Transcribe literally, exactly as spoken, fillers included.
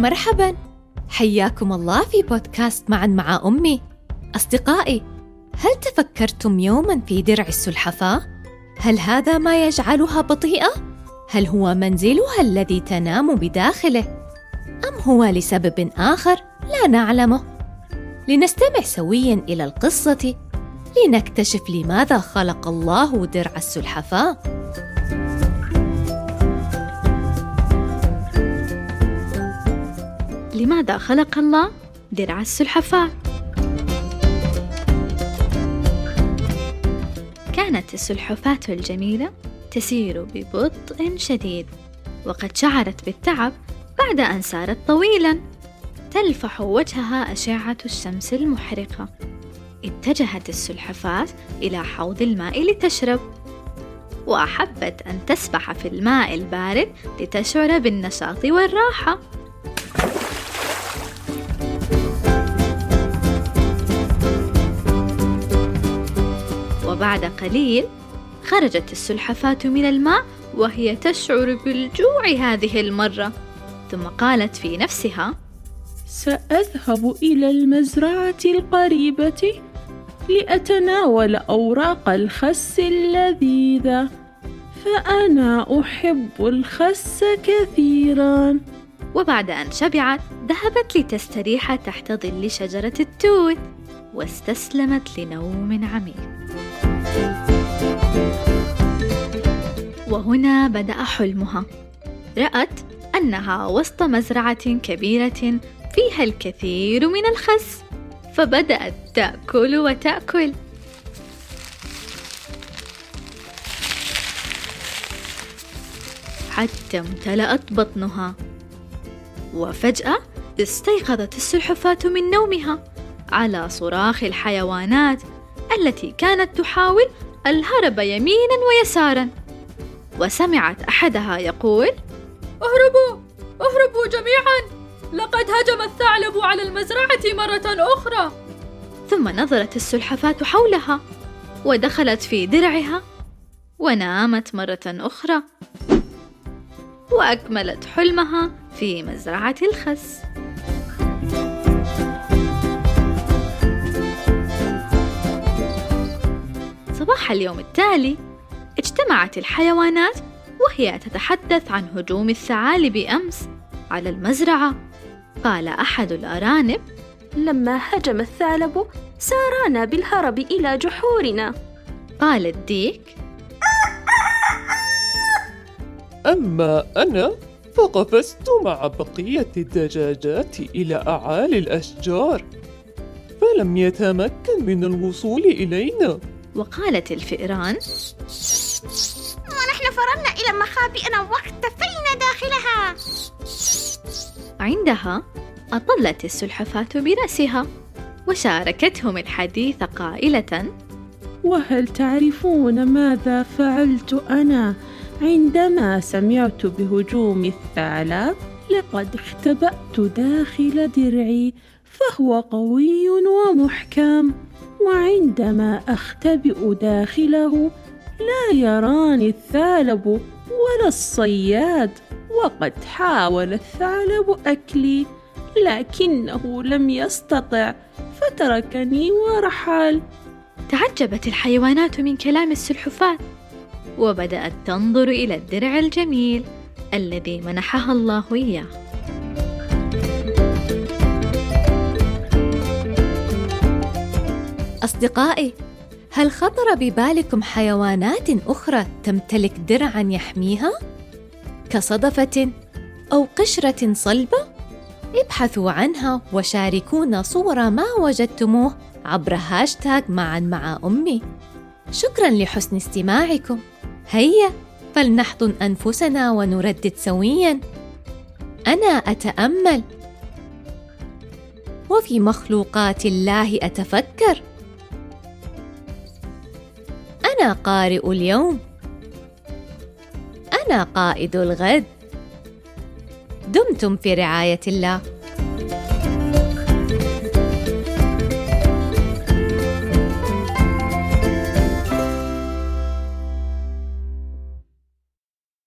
مرحباً، حياكم الله في بودكاست معاً مع أمي. أصدقائي، هل تفكرتم يوماً في درع السلحفاة؟ هل هذا ما يجعلها بطيئة؟ هل هو منزلها الذي تنام بداخله؟ أم هو لسبب آخر لا نعلمه؟ لنستمع سوياً إلى القصة لنكتشف لماذا خلق الله درع السلحفاة. لماذا خلق الله درع السلحفاة؟ كانت السلحفاة الجميلة تسير ببطء شديد، وقد شعرت بالتعب بعد أن سارت طويلاً. تلفح وجهها أشعة الشمس المحرقة. اتجهت السلحفاة إلى حوض الماء لتشرب، وأحبت أن تسبح في الماء البارد لتشعر بالنشاط والراحة. وبعد قليل خرجت السلحفاة من الماء وهي تشعر بالجوع هذه المرة، ثم قالت في نفسها: سأذهب إلى المزرعة القريبة لأتناول أوراق الخس اللذيذة، فأنا أحب الخس كثيراً. وبعد أن شبعت ذهبت لتستريح تحت ظل شجرة التوت، واستسلمت لنوم عميق. وهنا بدأ حلمها. رأت أنها وسط مزرعة كبيرة فيها الكثير من الخس، فبدأت تأكل وتأكل. حتى امتلأت بطنها. وفجأة استيقظت السلحفاة من نومها على صراخ الحيوانات التي كانت تحاول الهرب يمينا ويسارا. وسمعت أحدها يقول: اهربوا اهربوا جميعا، لقد هجم الثعلب على المزرعة مرة أخرى. ثم نظرت السلحفاة حولها ودخلت في درعها ونامت مرة أخرى، وأكملت حلمها في مزرعة الخس. صباح اليوم التالي اجتمعت الحيوانات وهي تتحدث عن هجوم الثعالب أمس على المزرعة. قال أحد الأرانب: لما هجم الثعلب سارعنا بالهرب إلى جحورنا. قال الديك: أما أنا فقفزت مع بقية الدجاجات إلى أعالي الأشجار، فلم يتمكن من الوصول إلينا. وقالت الفئران: ونحن فررنا إلى مخابئنا واختفينا داخلها. عندها أطلت السلحفاة برأسها وشاركتهم الحديث قائلة: وهل تعرفون ماذا فعلت أنا عندما سمعت بهجوم الثعلب؟ لقد اختبأت داخل درعي، فهو قوي ومحكم، وعندما أختبئ داخله لا يراني الثعلب ولا الصياد. وقد حاول الثعلب أكلي لكنه لم يستطع، فتركني ورحل. تعجبت الحيوانات من كلام السلحفاة، وبدأت تنظر إلى الدرع الجميل الذي منحها الله إياه. أصدقائي، هل خطر ببالكم حيوانات أخرى تمتلك درعاً يحميها؟ كصدفة أو قشرة صلبة؟ ابحثوا عنها وشاركونا صور ما وجدتموه عبر هاشتاغ معاً مع أمي. شكراً لحسن استماعكم. هيا فلنحضن أنفسنا ونردد سوياً: أنا أتأمل، وفي مخلوقات الله أتفكر. أنا قارئ اليوم، أنا قائد الغد. دمتم في رعاية الله.